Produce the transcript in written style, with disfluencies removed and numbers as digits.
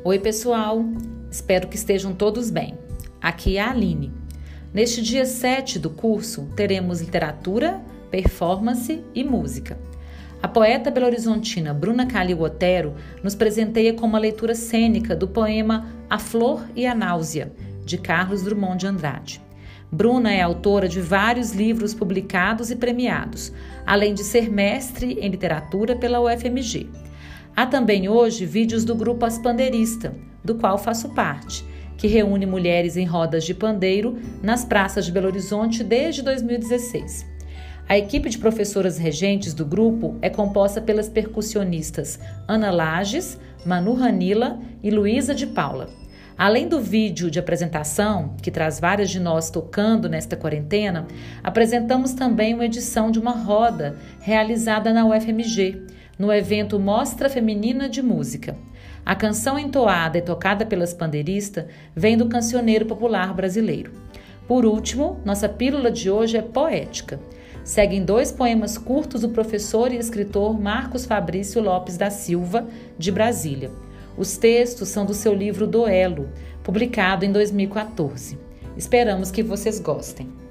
Oi pessoal, espero que estejam todos bem. Aqui é a Aline. Neste dia 7 do curso, teremos literatura, performance e música. A poeta belo-horizontina Bruna Calil Otero nos presenteia com uma leitura cênica do poema A Flor e a Náusea, de Carlos Drummond de Andrade. Bruna é autora de vários livros publicados e premiados, além de ser mestre em literatura pela UFMG. Há também hoje vídeos do grupo As Pandeiristas, do qual faço parte, que reúne mulheres em rodas de pandeiro nas praças de Belo Horizonte desde 2016. A equipe de professoras regentes do grupo é composta pelas percussionistas Ana Lages, Manu Ranila e Luísa de Paula. Além do vídeo de apresentação, que traz várias de nós tocando nesta quarentena, apresentamos também uma edição de uma roda realizada na UFMG, no evento Mostra Feminina de Música. A canção entoada e tocada pelas pandeiristas vem do cancioneiro popular brasileiro. Por último, nossa pílula de hoje é poética. Seguem 2 poemas curtos do professor e escritor Marcos Fabrício Lopes da Silva, de Brasília. Os textos são do seu livro Duelo, publicado em 2014. Esperamos que vocês gostem.